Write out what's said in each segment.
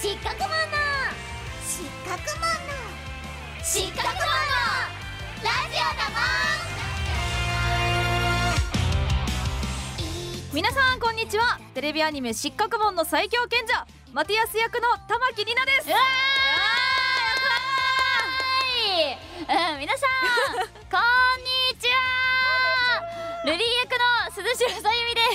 失格者失格者失格者ラジオだもん。 皆さんこんにちは。テレビアニメ失格門の最強賢者マティアス役の玉木里奈です。 皆さんこんにちは。ルリー役の鈴代さゆみです。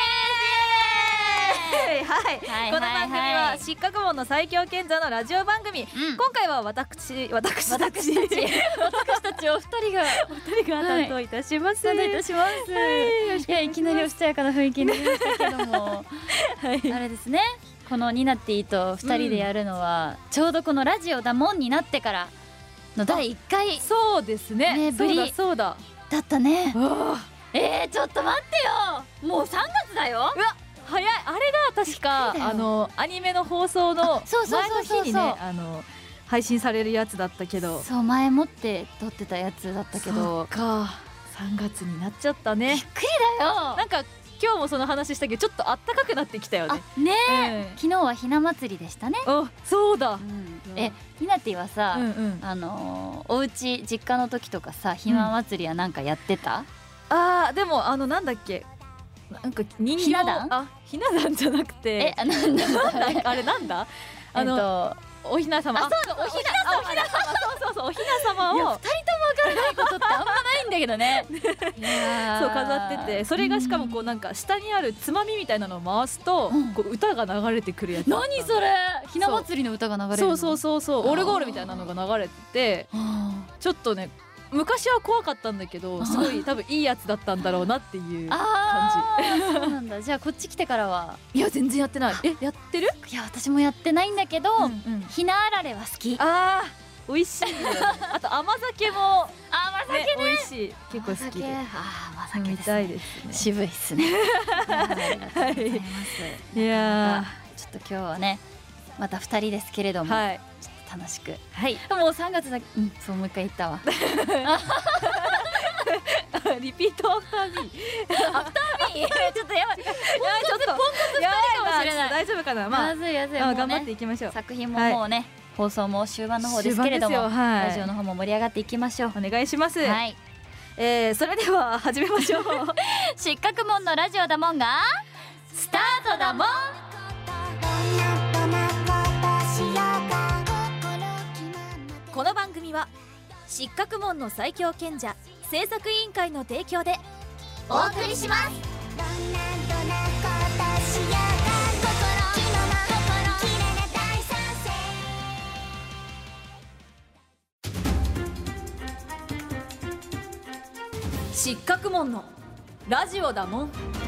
はい、この番組は失格門の最強賢者のラジオ番組、今回は私たちお二人が担当いたします。 いや、いきなりおしとやかな雰囲気になりましたけどもあれですね、このニナティと2人でやるのは、ちょうどこのラジオだもんになってからの第1回。 そうですね、ぶりそうだだったね。ちょっと待ってよ、もう3月だよ。 うわ早い。あれが確かアニメの放送の前の日にね配信されるやつだったけど、 そう前もって撮ってたやつだったけど、 そうか3月になっちゃったね。 びっくりだよ。 なんか今日もその話したけどちょっとあったかくなってきたよね。 ねえ、昨日はひな祭りでしたね。 そうだ。 ひなてぃはさ、お家実家の時とかさ、ひな祭りはなんかやってた？ でもなんだっけ、なんか人形、ひな壇じゃなくて、あれなんだ、おひな様、そうおひな様を2人ともわからないことってあんまないんだけどねそう飾ってて、それがしかもこうなんか下にあるつまみみたいなのを回すとこう歌が流れてくるやつ。 何それ、ひな祭りの歌が流れるの？ そうオルゴールみたいなのが流れてて、ちょっとね昔は怖かったんだけど、すごい多分いいやつだったんだろうなっていう感じ。 そうなんだ。じゃあこっち来てからは？ いや全然やってない。やってる？ いや私もやってないんだけど、ひなあられは好き。 美味しいよね。あと甘酒も美味しい。結構好きで甘酒飲みたいですね。 渋いっすね。ありがとうございます。 いやちょっと今日はねまた2人ですけれども、ちょっと楽しく、もう3月だ。そうもう一回言ったわ。 リピートアフターミー。 ちょっとやばい、ちょっとポンコツ2人かもしれない。 大丈夫かな。まずい頑張っていきましょう。 作品ももうね放送も終盤の方ですけれども、ラジオの方も盛り上がっていきましょう。 お願いします。それでは始めましょう。 失格門のラジオだもんがスタートだもん。 この番組は失格門の最強賢者制作委員会の提供でお送りします。 失格門のラジオだもん。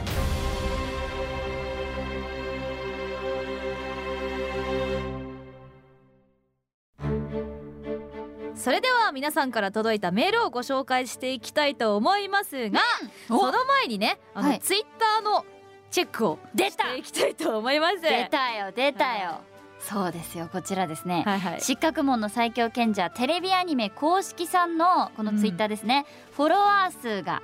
それでは皆さんから届いたメールをご紹介していきたいと思いますが、その前にねツイッターのチェックをしていきたいと思います。 出たよ。そうですよ、こちらですね、失格門の最強賢者テレビアニメ公式さんのこのツイッターですね、フォロワー数が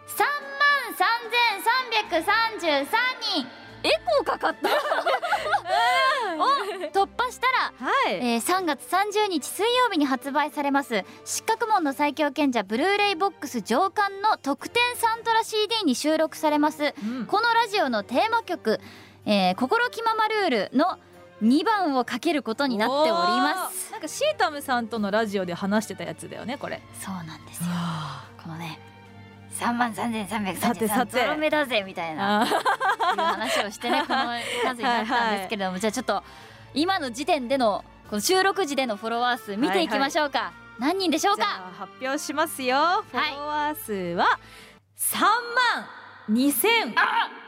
33,333人、エコーかかったを突破したら、3月30日水曜日に発売されます失格門の最強賢者ブルーレイボックス上巻の特典サントラ CD に収録されます、このラジオのテーマ曲「心気ままルール」の2番をかけることになっております。 なんかシータムさんとのラジオで話してたやつだよね、これ。 そうなんですよ。このね33,333ゾロ目だぜみたいないう話をしてね、この数になったんですけれども、じゃあちょっと今の時点でのこの収録時でのフォロワー数見ていきましょうか。何人でしょうか。 発表しますよ。フォロワー数は32,448人でござい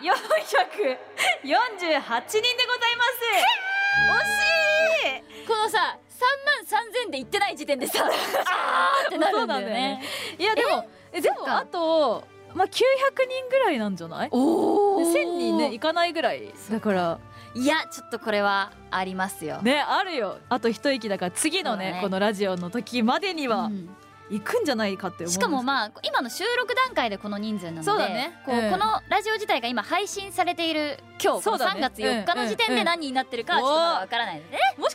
ます。惜しい。 このさ33,000で言ってない時点でさってなるんだよね。 いやでもあと900人ぐらいなんじゃない？1000人ねいかないぐらいだから。 いやちょっとこれはありますよね。あるよ。あと一息だから次のねこのラジオの時までには行くんじゃないかって思う。 しかも今の収録段階でこの人数なので、そうだね、このラジオ自体が今配信されている今日3月4日の時点で何人になってるかはちょっとまだわからないので、 も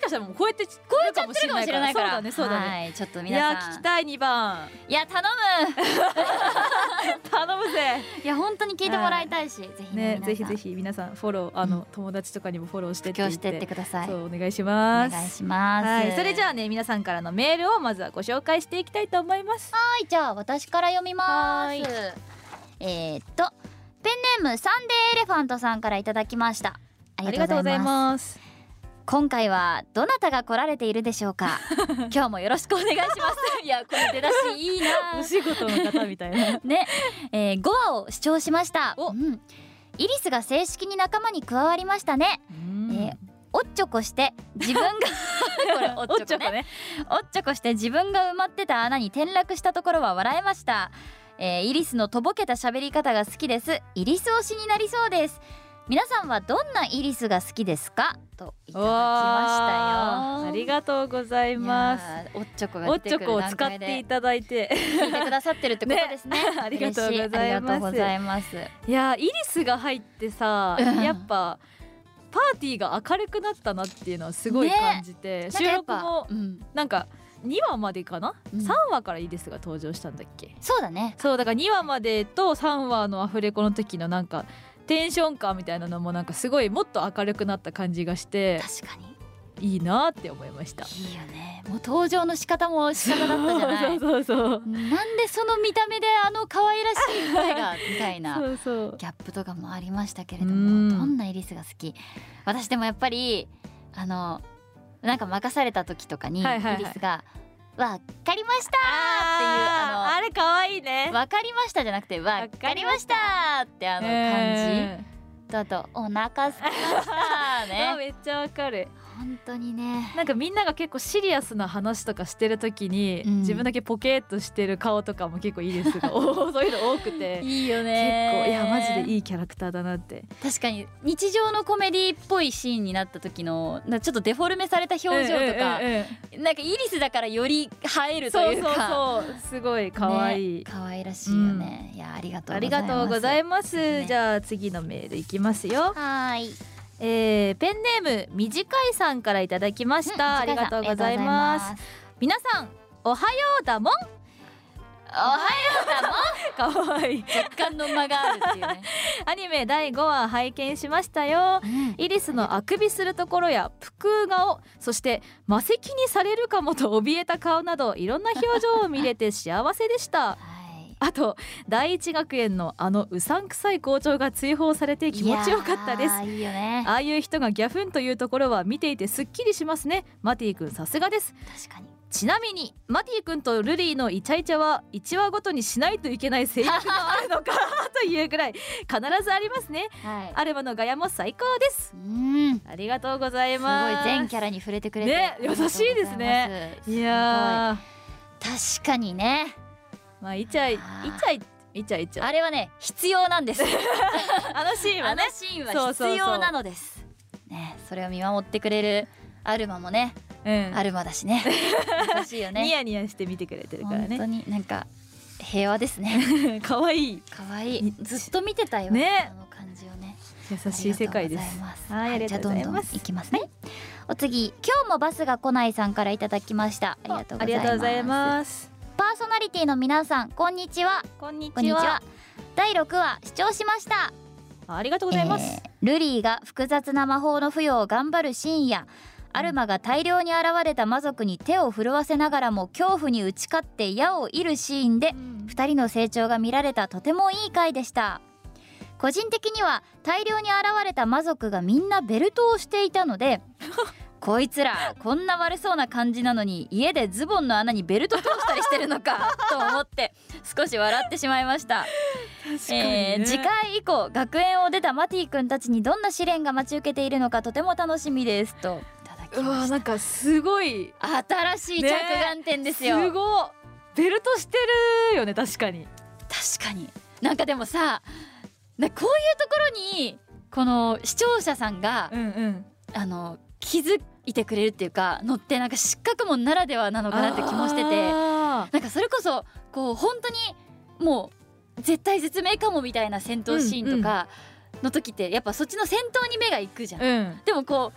かしたらもう超えてるかもしれないから。そうだねそうだね。 はい、ちょっと皆さん。 いや聞きたい2番。 いや頼む頼むぜ。 いや本当に聞いてもらいたいし、ぜひねぜひぜひ皆さんフォロー友達とかにもフォローしてって言って。 布教してってください。 そうお願いします。 お願いします。 はい、それじゃあね皆さんからのメールをまずはご紹介していきたいと思います。 はい、じゃあ私から読みます。ペンネームサンデーエレファントさんからいただきました。ありがとうございます。今回はどなたが来られているでしょうか。今日もよろしくお願いします。いやこれ出だしいいな。 お仕事の方みたいなね、5話を視聴しました。イリスが正式に仲間に加わりましたね。おっちょこして自分がこれおっちょこね。おっちょこして自分が埋まってた穴に転落したところは笑えました。イリスのとぼけた喋り方が好きです。イリス推しになりそうです。皆さんはどんなイリスが好きですかといただきましたよ。 ありがとうございます。 おっちょこが出てくる段階でおっちょこを使っていただいて聞いてくださってるってことですね。 ありがとうございます。いやイリスが入ってさ、やっぱパーティーが明るくなったなっていうのはすごい感じて、収録もなんか2話までかな、3話からイリスが登場したんだっけ。 そうだね。 そうだから2話までと3話のアフレコの時のなんかテンション感みたいなのもなんかすごいもっと明るくなった感じがして、 確かにいいなって思いました。 いいよね。もう登場の仕方も仕方だったじゃない。 そうなんでその見た目で可愛らしい声がみたいなそうギャップとかもありましたけれども、どんなイリスが好き。私でもやっぱりなんか任された時とかにイリスがわかりましたっていうあれ可愛いね。 わかりましたじゃなくてわかりましたって感じだとお腹すきましたね。 めっちゃわかる。 本当にね。 なんかみんなが結構シリアスな話とかしてる時に、自分だけポケーっとしてる顔とかも結構いいですがそういうの多くていいよね。 結構いやマジでいいキャラクターだなって。 確かに日常のコメディっぽいシーンになった時のちょっとデフォルメされた表情とか、なんかイリスだからより映えるというか、 そうすごい可愛い、 可愛らしいよね。いやありがとうございます。じゃあ次のメールいきますよ。 はい。 ペンネーム短いさんからいただきました。ありがとうございます。皆さんおはようだもん。 おはようだもん。 かわいい。 若干の間があるっていうね。 アニメ第5話拝見しましたよ。イリスのあくびするところやぷく顔、そして魔石にされるかもと怯えた顔などいろんな表情を見れて幸せでした。あと第一学園のうさんくさい校長が追放されて気持ちよかったです。 いいよね。 ああいう人がギャフンというところは見ていてすっきりしますね。マティ君さすがです。 確かに。 ちなみにマティ君とルリーのイチャイチャは1話ごとにしないといけない制約があるのかというぐらい必ずありますね。アルマのガヤも最高です。ありがとうございます。 すごい全キャラに触れてくれて、 ね、優しいですね。いや確かにね。 まあイチャイチャあれはね必要なんです。 あのシーンはね、 必要なのですね。それを見守ってくれるアルマもね、アルマだしね、優しいよね。 ニヤニヤして見てくれてるからね。 本当になんか平和ですね。 可愛い可愛い。ずっと見てたよね、 あの感じをね。 優しい世界です。 はい、ありがとうございます。いきますね。お次、今日もバスが来ないさんからいただきました。ありがとうございます。パーソナリティの皆さん、こんにちは。 こんにちは。 第6話視聴しました。 ありがとうございます。 ルリーが複雑な魔法の付与を頑張るシーンや、アルマが大量に現れた魔族に手を震わせながらも恐怖に打ち勝って矢を射るシーンで、2人の成長が見られたとてもいい回でした。個人的には大量に現れた魔族がみんなベルトをしていたのでこいつらこんな悪そうな感じなのに家でズボンの穴にベルト通したりしてるのかと思って少し笑ってしまいました。次回以降学園を出たマティ君たちにどんな試練が待ち受けているのかとても楽しみですといただきました。 うわ、なんかすごい新しい着眼点ですよ、 すごいベルトしてるよね。確かになんかでもさ、こういうところにこの視聴者さんが、気づいてくれるっていうかのってなんか失格門ならではなのかなって気もしてて、なんかそれこそこう本当にもう絶対絶命かもみたいな戦闘シーンとかの時ってやっぱそっちの戦闘に目がいくじゃん、でもこう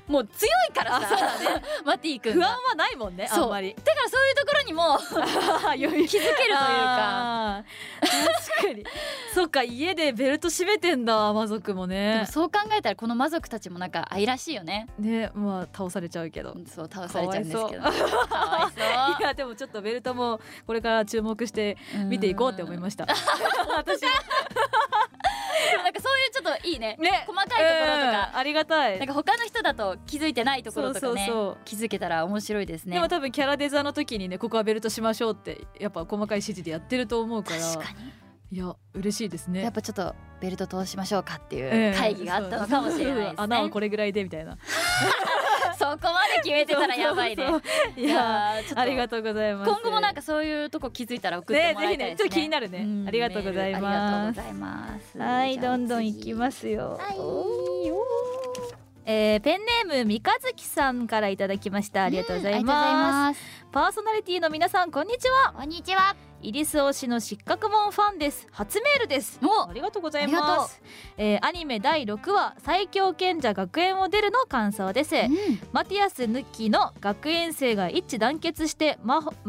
もう強いからさマティ君不安はないもんね、あんまり。 だからそういうところにも気づけるというか。 確かにそっか、家でベルト締めてんだ魔族もね。 でもそう考えたらこの魔族たちもなんか愛らしいよね。 ね、まあ倒されちゃうけど。 そう倒されちゃうんですけど、 かわいそういやでもちょっとベルトもこれから注目して見ていこうって思いました。私なんかそういうちょっといいね、細かいところとか、 ありがたい。 なんか他の人だと気づいてないところとかね、気づけたら面白いですね。 でも多分キャラデザの時にね、ここはベルトしましょうってやっぱ細かい指示でやってると思うから、 確かにいや嬉しいですね。 やっぱちょっとベルト通しましょうかっていう会議があったのかもしれないですね。 穴はこれぐらいでみたいなそこまで決めてたらやばいね。 いやありがとうございます。 今後もなんかそういうとこ気づいたら送ってもらいたいですね。 ちょっと気になるね。ありがとうございます。 ありがとうございます。 はい、どんどんいきますよ。ペンネーム三日月さんからいただきました。ありがとうございます。パーソナリティの皆さんこんにちは。 こんにちは。 イリス推しの失格門ファンです。初メールです。ありがとうございます。アニメ第6話最強賢者学園を出るの感想です。マティアス抜きの学園生が一致団結して魔族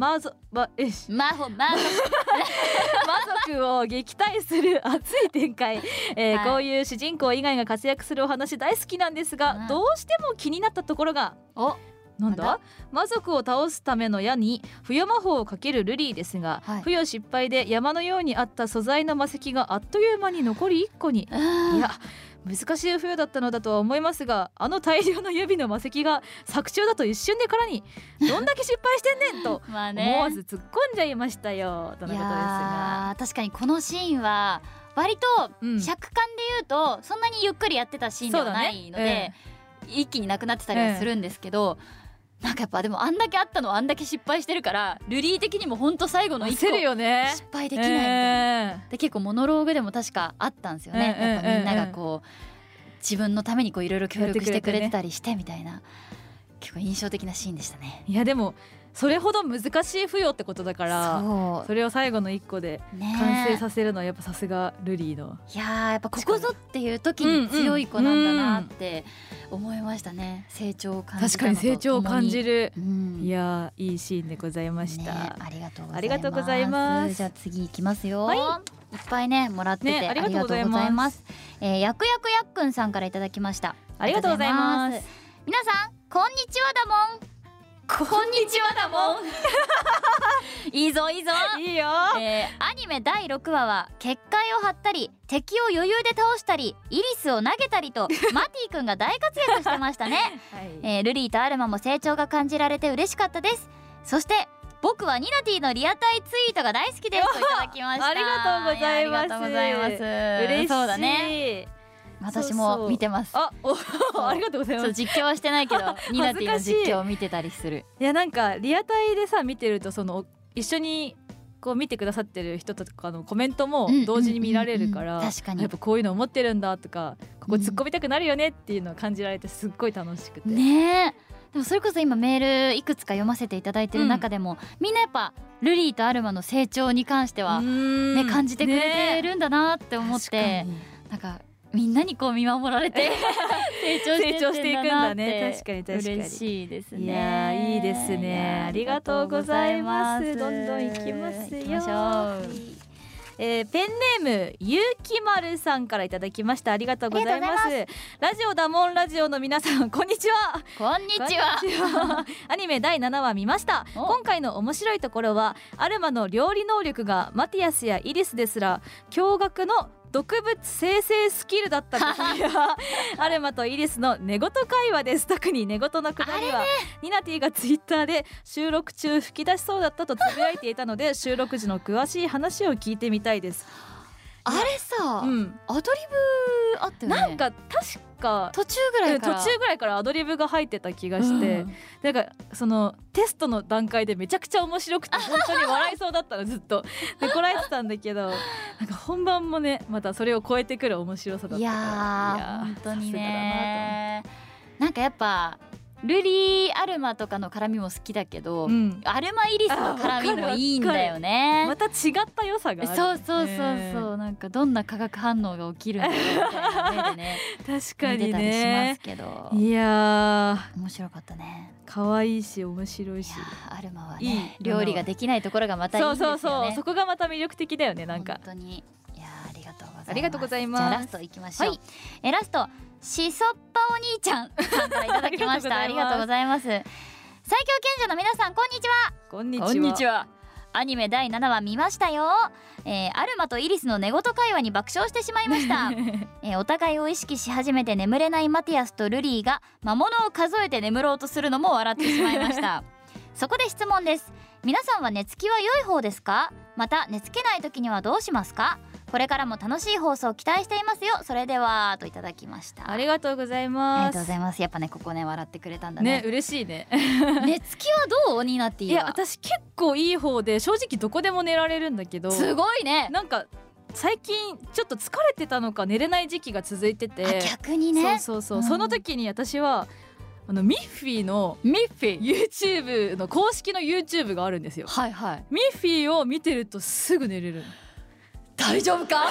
を撃退する熱い展開、こういう主人公以外が活躍するお話大好きなんですが、どうしても気になったところが、なんだ魔族を倒すための矢に付与魔法をかけるルリーですが、付与失敗で山のようにあった素材の魔石があっという間に残り1個に。いや難しい付与だったのだとは思いますが、あの大量の指の魔石が作中だと一瞬で空に、どんだけ失敗してんねんと思わず突っ込んじゃいましたよとのことですが、 確かにこのシーンは割と尺感で言うとそんなにゆっくりやってたシーンではないので、一気になくなってたりはするんですけど、なんかやっぱでもあんだけあったのあんだけ失敗してるから、ルリー的にもほんと最後の1個失敗できないみたいな、で結構モノローグでも確かあったんですよね。やっぱみんながこう自分のためにこういろいろ協力してくれてたりしてみたいな、結構印象的なシーンでしたね。 いやでもそれほど難しい付与ってことだから、 それを最後の1個で完成させるのはやっぱさすがルリーの、 いややっぱここぞっていう時に強い子なんだなって思いましたね。成長を感じたのとともに、 確かに成長を感じる、いやいいシーンでございました、 ありがとうございます。じゃあ次いきますよ、いっぱいねもらってて、ありがとうございます。やくやくやっくんさんからいただきました。 ありがとうございます。 皆さんこんにちはだもん。こんにちはだもんいいぞいいぞ、 いいよ。 アニメ第6話は結界を張ったり敵を余裕で倒したりイリスを投げたりとマティくんが大活躍してましたね、ルリーとアルマも成長が感じられて嬉しかったです。そして僕はニナティのリアタイツイートが大好きですといただきました。 ありがとうございます。 ありがとうございます。 嬉しい。 そうだね、私も見てます。 ありがとうございます。 実況はしてないけどニナティの実況を見てたりする。 いやなんかリアタイでさ見てると、その一緒にこう見てくださってる人とかのコメントも同時に見られるから、 確かにやっぱこういうの思ってるんだとか、ここ突っ込みたくなるよねっていうのを感じられてすっごい楽しくてね。でもそれこそ今メールいくつか読ませていただいてる中でも、みんなやっぱルリーとアルマの成長に関してはね感じてくれてるんだなって思って、なんかみんなにこう見守られて成長していくんだね。確かに確かに嬉しいですね。 いやいいですね。ありがとうございます。どんどんいきますよ。ペンネームゆうきまるさんからいただきました。ありがとうございます。ラジオだもんラジオの皆さんこんにちは。 こんにちは。 アニメ第7話見ました。今回の面白いところはアルマの料理能力がマティアスやイリスですら驚愕の毒物生成スキルだったことやアルマとイリスの寝言会話です。特に寝言のくだりは、ニナティがツイッターで収録中吹き出しそうだったとつぶやいていたので収録時の詳しい話を聞いてみたいです。 あれさ、アドリブあったよね。 なんか確か途中ぐらいからアドリブが入ってた気がして、なんかそのテストの段階でめちゃくちゃ面白くて本当に笑いそうだったのずっとでこらえてたんだけど、なんか本番もねまたそれを超えてくる面白さだったから、 いや本当にね。なんかやっぱルリーアルマとかの絡みも好きだけど、アルマイリスの絡みもいいんだよね。 また違った良さがある。 そうなんかどんな化学反応が起きるんだろうみたいな目でね確かにね見てたりしますけど、 いや面白かったね。 可愛いし面白いし、 アルマはね料理ができないところがまたいいんですよね。 そうそこがまた魅力的だよね。なんか本当にいやありがとうございます。 ありがとうございます。 じゃあラストいきましょう。ラストしそっぱお兄ちゃんさんからいただきましたありがとうございます。最強賢者の皆さんこんにちは。 こんにちは。 アニメ第7話見ましたよ。アルマとイリスの寝言会話に爆笑してしまいましたお互いを意識し始めて眠れないマティアスとルリーが魔物を数えて眠ろうとするのも笑ってしまいましたそこで質問です。皆さんは寝つきは良い方ですか？また寝つけない時にはどうしますか？これからも楽しい放送を期待していますよ。それではといただきました。 ありがとうございます。 ありがとうございます。やっぱねここね笑ってくれたんだね。 嬉しいね寝つきはどうになっていいわ。 いや私結構いい方で正直どこでも寝られるんだけど、 すごいね。 なんか最近ちょっと疲れてたのか寝れない時期が続いてて、 逆にね。 その時に私はミッフィーの YouTube の公式の YouTube があるんですよ。 はいはい。 ミッフィーを見てるとすぐ寝れるの。 大丈夫かい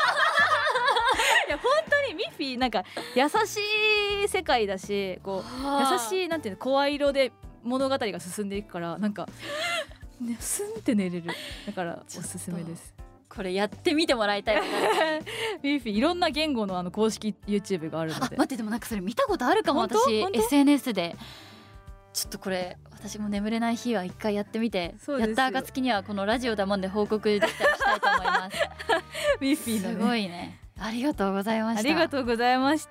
や本当にミッフィーなんか優しい世界だし、こう優しいなんていうの声色で物語が進んでいくからなんか、ね、スンって寝れる。だからおすすめです。 これやってみてもらいたいミッフィーいろんな言語の公式 YouTube があるので。 待ってでもなんかそれ見たことあるかも。私 SNS でちょっとこれ私も眠れない日は一回やってみて、やった暁にはこのラジオだもんで報告できたりしたいと思いますミッフィーのねすごいね。ありがとうございました。 ありがとうございました、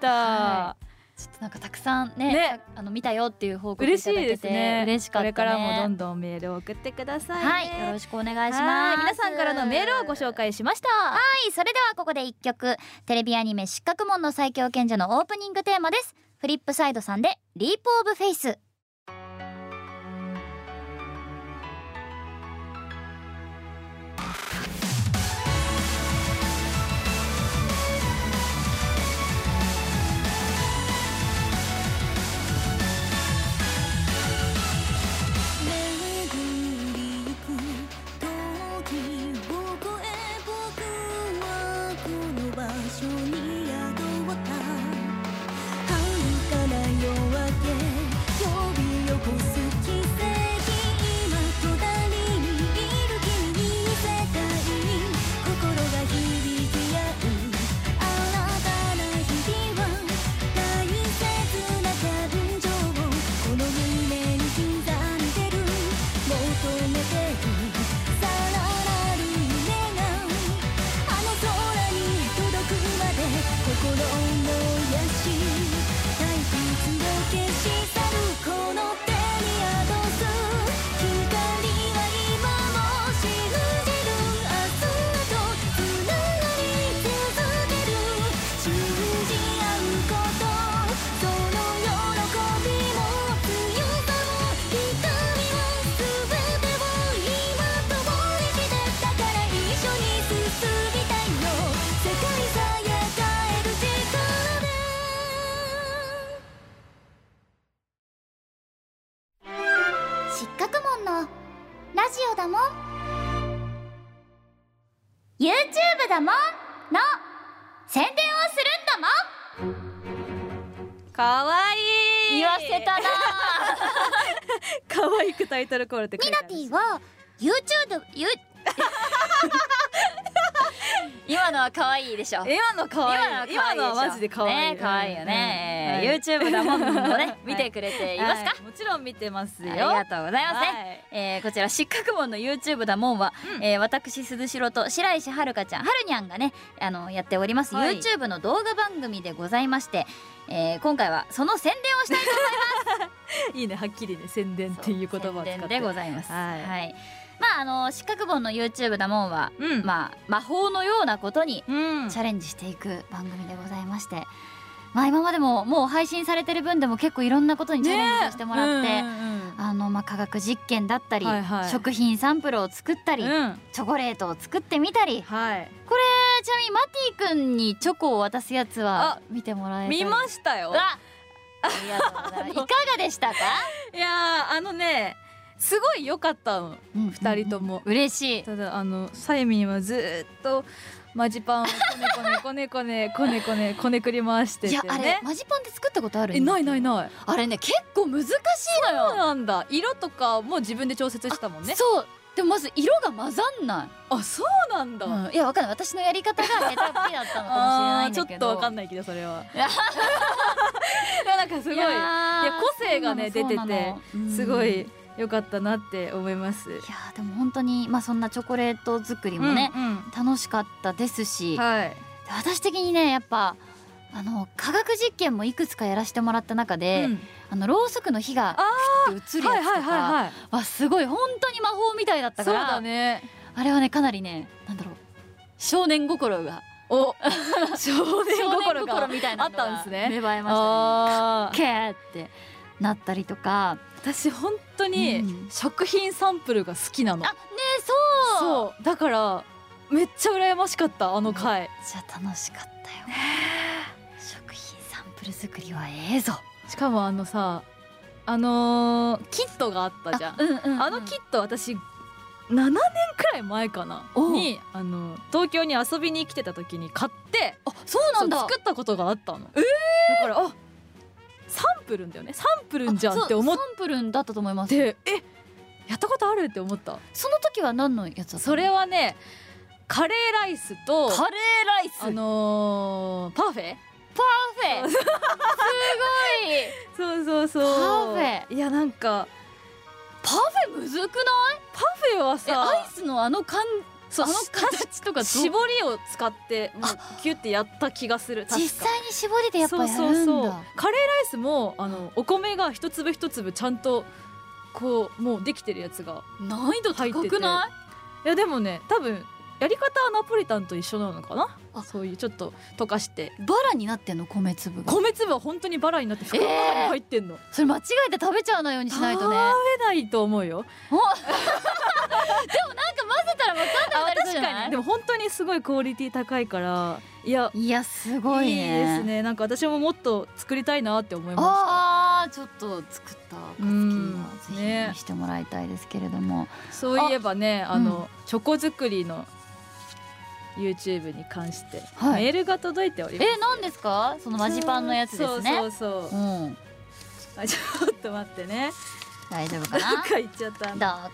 ちょっとなんかたくさんね見たよっていう報告いただけて嬉しかったね。 これからもどんどんメールを送ってくださいね。 はい、よろしくお願いします。 皆さんからのメールをご紹介しました。 はい、それではここで1曲、テレビアニメ失格門の最強賢者のオープニングテーマです。フリップサイドさんでリープオブフェイス。YouTube だもんの宣伝をするんだもん。 かわいい。 言わせたなかわいくタイトルコールって書いてある。 ミナティは YouTube 今のは可愛いでしょ。 今の可愛い。今のはマジで可愛い。 可愛いよね。YouTube だもんのね見てくれていますか？ もちろん見てますよ。 ありがとうございますね。こちら失格門の YouTube だもんは私鈴代と白石はるかちゃんはるにゃんがねやっております YouTube の動画番組でございまして、今回はその宣伝をしたいと思いますいいね、はっきりね、宣伝っていう言葉を使って宣伝でございます。 はい。 失格本の YouTube だもんは、魔法のようなことにチャレンジしていく番組でございまして、今までももう配信されてる分でも結構いろんなことにチャレンジさせてもらって、科学実験だったり、食品サンプルを作ったり、チョコレートを作ってみたり、これちなみにマティ君にチョコを渡すやつは見てもらえたり？ 見ましたよ。 いかがでしたか？ いやすごい良かったの、2人とも。 嬉しい。 たださゆみんはずっとマジパンをこねこねくり回しててね。 いやあれマジパンって作ったことある？ ない。 あれね結構難しいのよ。 そうなんだ。色とかも自分で調節したもんね。 そう。でもまず色が混ざんない。 あ、そうなんだ。 いやわかんない。私のやり方が下手っぴだったのかもしれないんだけど。 ちょっとわかんないけどそれは。なんかすごい個性がね出ててすごい良かったなって思います。いやでも本当にそんなチョコレート作りもね、楽しかったですし、私的にねやっぱ科学実験もいくつかやらせてもらった中で、ろうそくの火がピュッて映るやつとかはすごい本当に魔法みたいだったから、あれはねかなりね少年心が少年心みたいなのが芽生えましたね。かっけーってなったりとか。 私本当に食品サンプルが好きなの。そうだからめっちゃ羨ましかった回。めっちゃ楽しかったよ。食品サンプル作りはぞ。 しかもさキットがあったじゃん。キット私7年くらい前かなに東京に遊びに来てた時に買って、 そうなんだ、 作ったことがあったの。だからサンプルんだよね。サンプルんじゃんって思って。 サンプルんだったと思います。 でやったことあるって思った。 その時は何のやつだったの？ それはねカレーライスとパフェすごいそうパフェ。 いやなんかパフェむずくない？ パフェはさアイスの形とか絞りを使ってキュッてやった気がする。 実際に絞りでやっぱやるんだ。 カレーライスもお米が一粒一粒ちゃんともうできてるやつが難易度高くない？ いやでもね多分やり方はナポリタンと一緒なのかな。そういうちょっと溶かしてバラになってんの？米粒は本当にバラになって袋に入ってんの。 それ間違えて食べちゃうのようにしないとね。 食べないと思うよ。 でもなんか混ぜたら分かんなくなりそうじゃない？ 確かに。でも本当にすごいクオリティ高いから、いやすごいね。 いいですね。なんか私ももっと作りたいなって思いました。 ちょっと作った暁にはぜひ見してもらいたいですけれども。 そういえばねチョコ作りのYouTube に関してメールが届いております。 何ですか？そのマジパンのやつですね。 そう、ちょっと待ってね。 大丈夫かな？ どこ行っちゃったかな？ あ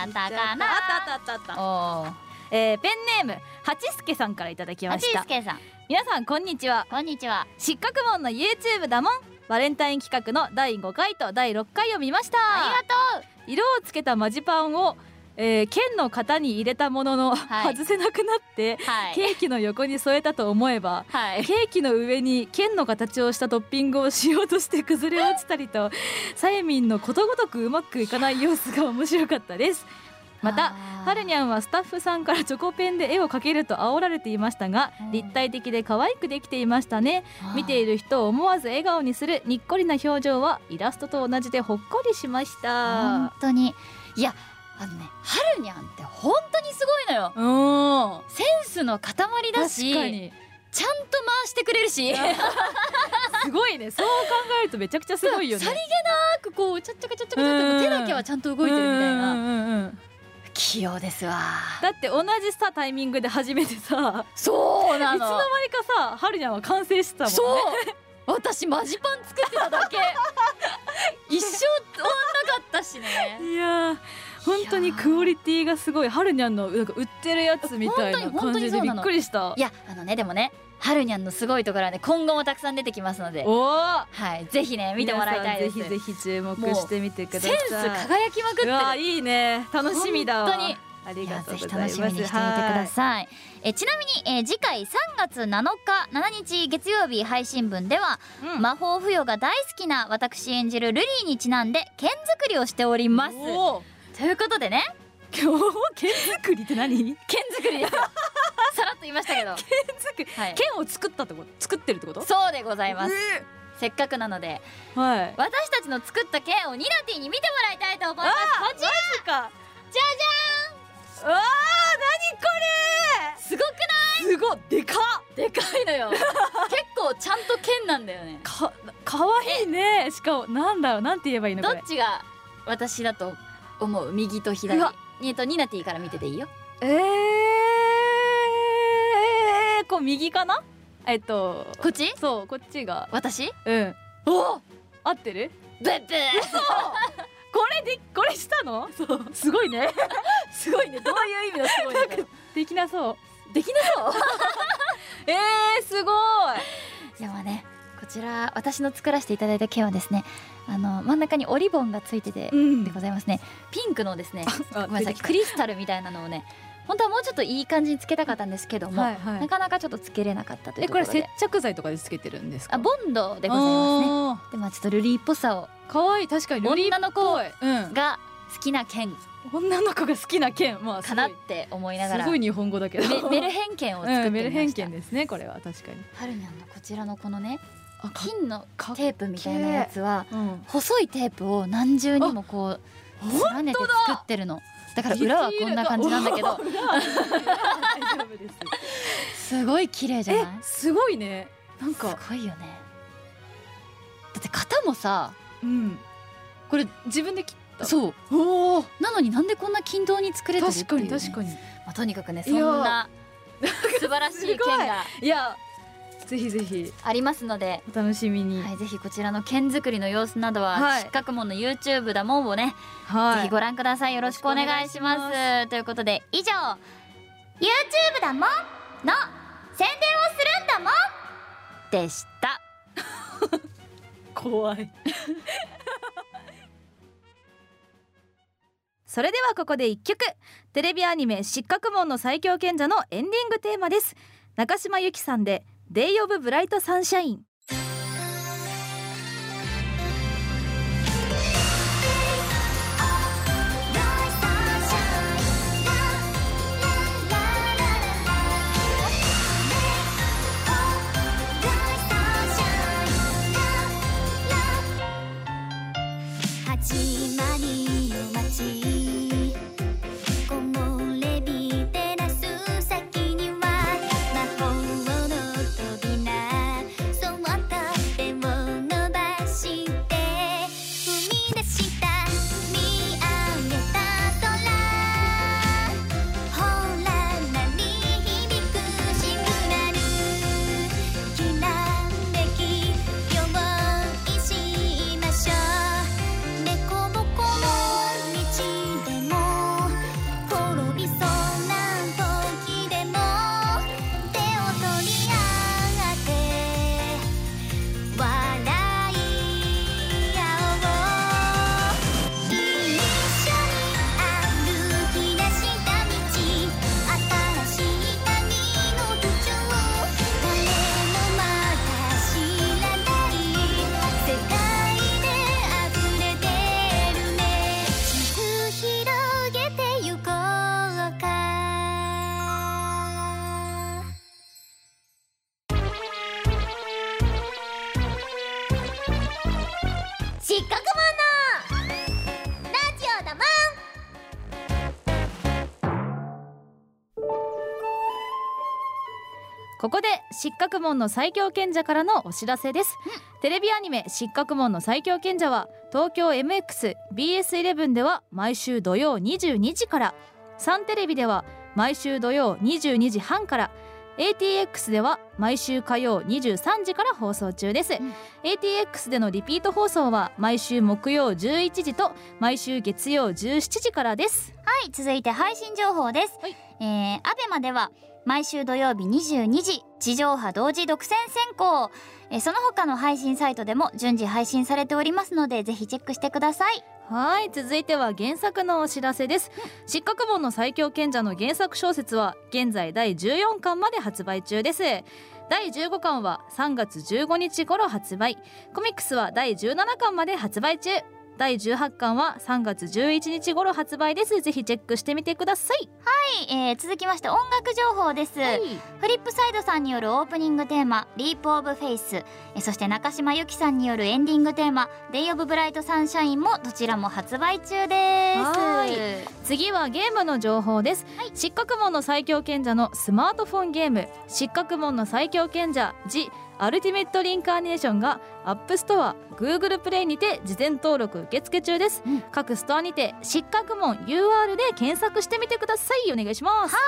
ったペンネームはちすけさんからいただきました。 はちすけさん、 皆さんこんにちは。失格門の YouTube だもん。バレンタイン企画の第5回と第6回を見ました。 ありがとう。 色をつけたマジパンを剣の型に入れたものの、外せなくなって、ケーキの横に添えたと思えば、ケーキの上に剣の形をしたトッピングをしようとして崩れ落ちたりとさゆみんのことごとくうまくいかない様子が面白かったです。またはるにゃんはスタッフさんからチョコペンで絵を描けると煽られていましたが、立体的で可愛くできていましたね。見ている人を思わず笑顔にするにっこりな表情はイラストと同じでほっこりしました。 本当に。いやはるにゃんって本当にすごいのよ。センスの塊だし、ちゃんと回してくれるしすごいね。そう考えるとめちゃくちゃすごいよね。 さりげなくちゃっちゃか手だけはちゃんと動いてるみたいな。器用ですわ。 だって同じタイミングで初めてさ、 そうなの。 いつの間にかさはるにゃんは完成してたもんね。 私マジパン作ってただけ一生終わんなかったしね。 いや本当にクオリティがすごい。はるにゃんのなんか売ってるやつみたいな感じでびっくりした。 いやでもねはるにゃんのすごいところはね今後もたくさん出てきますので、ぜひね見てもらいたいです。 ぜひ注目してみてください。 センス輝きまくってる。 いいね。楽しみだわ。 本当にありがとうございます。 ぜひ楽しみにしてみてください。ちなみに、次回3月7日7日月曜日配信分では、魔法付与が大好きな私演じるルリーにちなんで剣作りをしております。ということでね、 剣作りって何？ 剣作りですよさらっと言いましたけど、 剣作り、剣を作ってるってこと？ そうでございます。せっかくなので、私たちの作った剣をニナティに見てもらいたいと思います。こちらじゃじゃーん。 何これ？ すごくない？ すごいでかいのよ結構そうちゃんと剣なんだよね。 かわいいね。しかもなんだろう、なんて言えばいいのこれ。 どっちが私だと思う？右と左。ニナティから見てていいよ。 こう右かな。 こっち？ そう、こっちが私？ うん。お、合ってる？ ブッブー。 これしたの？そう、すごいね。 すごいね。どういう意味のすごいのか。 できなそう。 できなそう。 すごい。 でもね、こちら私の作らせていただいた剣はですね、真ん中にオリボンがついててでございますね。ピンクのですね、ごめんなさい、クリスタルみたいなのをね、本当はもうちょっといい感じにつけたかったんですけども、なかなかちょっとつけれなかったというところで。 これ接着剤とかでつけてるんですか？ ボンドでございますね。でちょっとルリーっぽさを。 可愛い。確かにルリーっぽい。女の子が好きな剣。 女の子が好きな剣、まあかなって思いながら。 すごい日本語だけど。 メルヘン剣を作ってみました。 メルヘン剣ですね、これは確かに。 はるにゃんのこちらのこのね、金のテープみたいなやつは細いテープを何重にもこう連ねて作ってるの。だから裏はこんな感じなんだけど。すごい綺麗じゃない？ すごいね。なんかすごいよね。だって型もさ、 これ自分で切った。 そう。なのになんでこんな均等に作れてるっていうね。 確かに。 とにかくね、そんな素晴らしい剣がぜひぜひありますので、 お楽しみに。 ぜひこちらの剣作りの様子などは失格門の YouTube だもんをね、ぜひご覧ください。よろしくお願いします。ということで以上、 YouTube だもんの宣伝をするんだもんでした。 怖い。それではここで1曲、テレビアニメ失格門の最強賢者のエンディングテーマです。中島由紀さんでデイオブブライトサンシャイン。 始まりの街、木漏れ日照らす先には魔法の扉、そっと手を伸ばして踏み出した。見上げた空、ほら鳴り響くシグナル、きらめき用意しましょう。失格門のラジオだもん。 ここで失格門の最強賢者からのお知らせです。テレビアニメ失格門の最強賢者は東京 MX、BS11 では毎週土曜22時から、サンテレビでは毎週土曜22時半から、ATX では毎週火曜23時から放送中です。ATX でのリピート放送は毎週木曜11時と毎週月曜17時からです。 はい、続いて配信情報です。ABEMA では毎週土曜日22時地上波同時独占先行、その他の配信サイトでも順次配信されておりますので、ぜひチェックしてください。 はい、続いては原作のお知らせです。失格門の最強賢者の原作小説は現在第14巻まで発売中です。第15巻は3月15日頃発売、コミックスは第17巻まで発売中、第18巻は3月11日頃発売です。ぜひチェックしてみてください。 はい、続きまして音楽情報です。フリップサイドさんによるオープニングテーマリープオブフェイス、そして中島由紀さんによるエンディングテーマデイオブブライトサンシャインもどちらも発売中です。 次はゲームの情報です。失格門の最強賢者のスマートフォンゲーム失格門の最強賢者ジ・アルティメットリンカーネーションがアップストア、Google プレイにて事前登録受付中です、各ストアにて失格門 UR で検索してみてください。お願いします。 はい、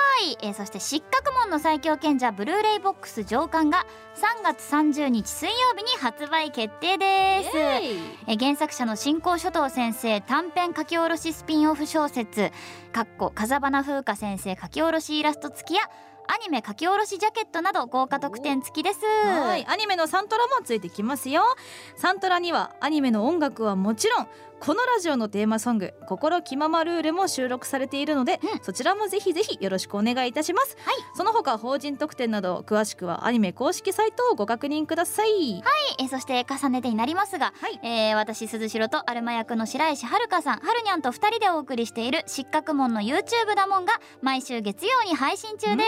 そして失格門の最強賢者ブルーレイボックス上巻が3月30日水曜日に発売決定です。原作者の新興諸島先生短編書き下ろしスピンオフ小説風花風花先生書き下ろしイラスト付きやアニメ書き下ろしジャケットなど豪華特典付きです。 はい、アニメのサントラもついてきますよ。サントラにはアニメの音楽はもちろんこのラジオのテーマソング心気ままルールも収録されているので、そちらもぜひぜひよろしくお願いいたします、はい、その他法人特典など詳しくはアニメ公式サイトをご確認ください。 はい、そして重ねてになりますが、はい、私鈴代とアルマ役の白石遥さん、はるにゃんと2人でお送りしている失格門の YouTube だもんが毎週月曜に配信中です。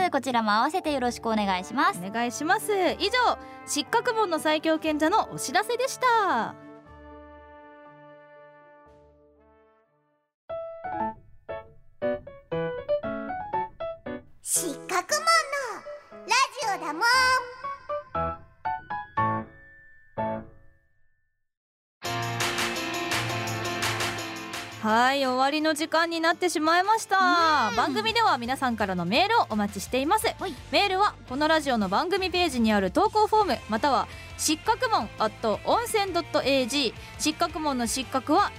こちらも合わせてよろしくお願いします。 お願いします。以上、失格門の最強賢者のお知らせでした。 失格門のラジオだもん。 はい、終わりの時間になってしまいました。番組では皆さんからのメールをお待ちしています。メールはこのラジオの番組ページにある投稿フォーム、または失格門温泉 .ag、 失格門の失格は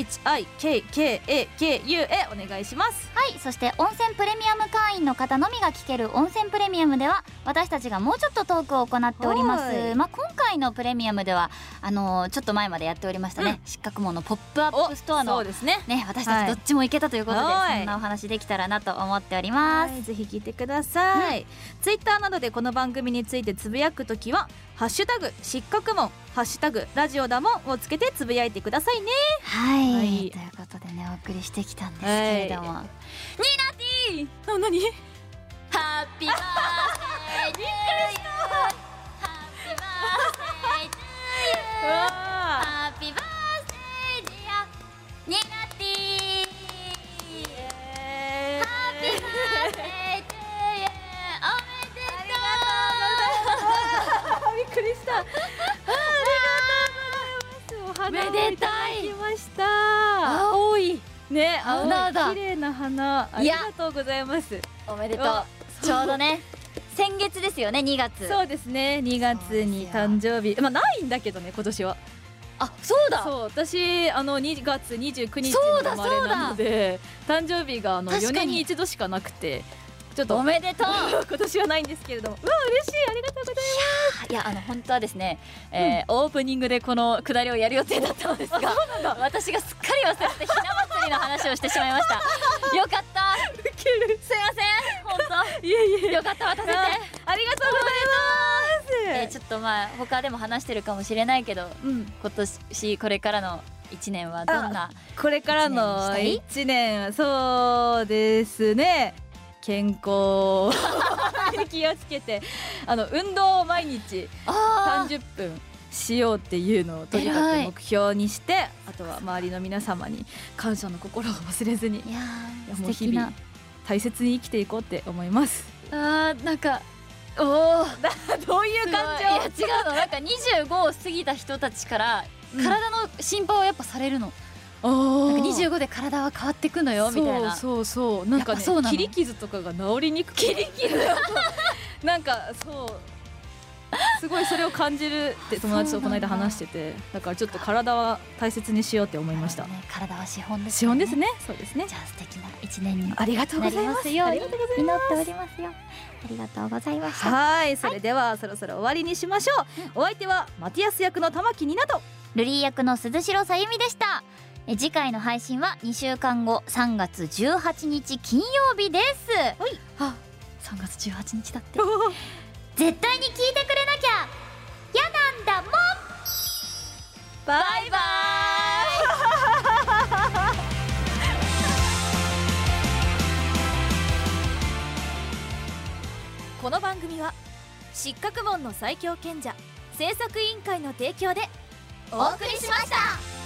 SHIKKAKU へお願いします。 はい、そして温泉プレミアム会員の方のみが聞ける温泉プレミアムでは私たちがもうちょっとトークを行っております。今回のプレミアムではちょっと前までやっておりましたね、失格門のポップアップストアの、 そうですね、 私たちどっちも行けたということで、そんなお話できたらなと思っております。 ぜひ聞いてください。ツイッターなどでこの番組についてつぶやくときはハッシュタグ失格門、ハッシュタグラジオだもんをつけてつぶやいてくださいね。 はい、ということでね、お送りしてきたんですけれども、ニーナティー、 何ハッピーバースデートゥーユー、ハッピーバースデートゥーユー、ハッピーバースデーディアニーナティー、ハッピーバースデートゥーユー、おめでとう。 びっくりした。ありがとうございます。お花をいただきました。青いね、青い綺麗な花、ありがとうございます。 おめでとう。ちょうどね、先月ですよね、2月。 そうですね、2月に誕生日、まあないんだけどね、今年は。 あ、そうだ。 そう、私2月29日の生まれなので、誕生日が4年に1度しかなくて、ちょっとおめでとう。 今年はないんですけれども、うわ嬉しい、ありがとうございます。 いや、本当はですね、オープニングでこのくだりをやる予定だったのですが、私がすっかり忘れてひな祭りの話をしてしまいました。よかった。 ウケる。 すいません、本当。 いえいえ。 よかった、渡せて。 ありがとうございます。 ちょっとまあ他でも話してるかもしれないけど、今年これからの1年はどんな？ これからの1年はそうですね。健康に気をつけて運動を毎日30分しようっていうのをとにかく目標にして、あとは周りの皆様に感謝の心を忘れずに、いやもう日々大切に生きていこうって思います。 なんかどういう感情？ いや違うの、なんか25を過ぎた人たちから体の心配をやっぱされるの。なんか25で体は変わってくのよみたいな。 そうなんかね、切り傷とかが治りにくくて、切り傷なんかそうすごいそれを感じるって友達とこの間話してて、だからちょっと体は大切にしようって思いました。 体は資本ですね。 資本ですね。そうですね。 じゃあ素敵な1年にありがとうございますよ。ありがとうございます。 祈っておりますよ。ありがとうございました。 はい、それではそろそろ終わりにしましょう。お相手はマティアス役の玉木になとルリー役の鈴代さゆみでした。次回の配信は2週間後3月18日金曜日です。 はい、 3月18日だって。絶対に聞いてくれなきゃ嫌なんだもん。 バイバイ。この番組は失格門の最強賢者制作委員会の提供でお送りしました。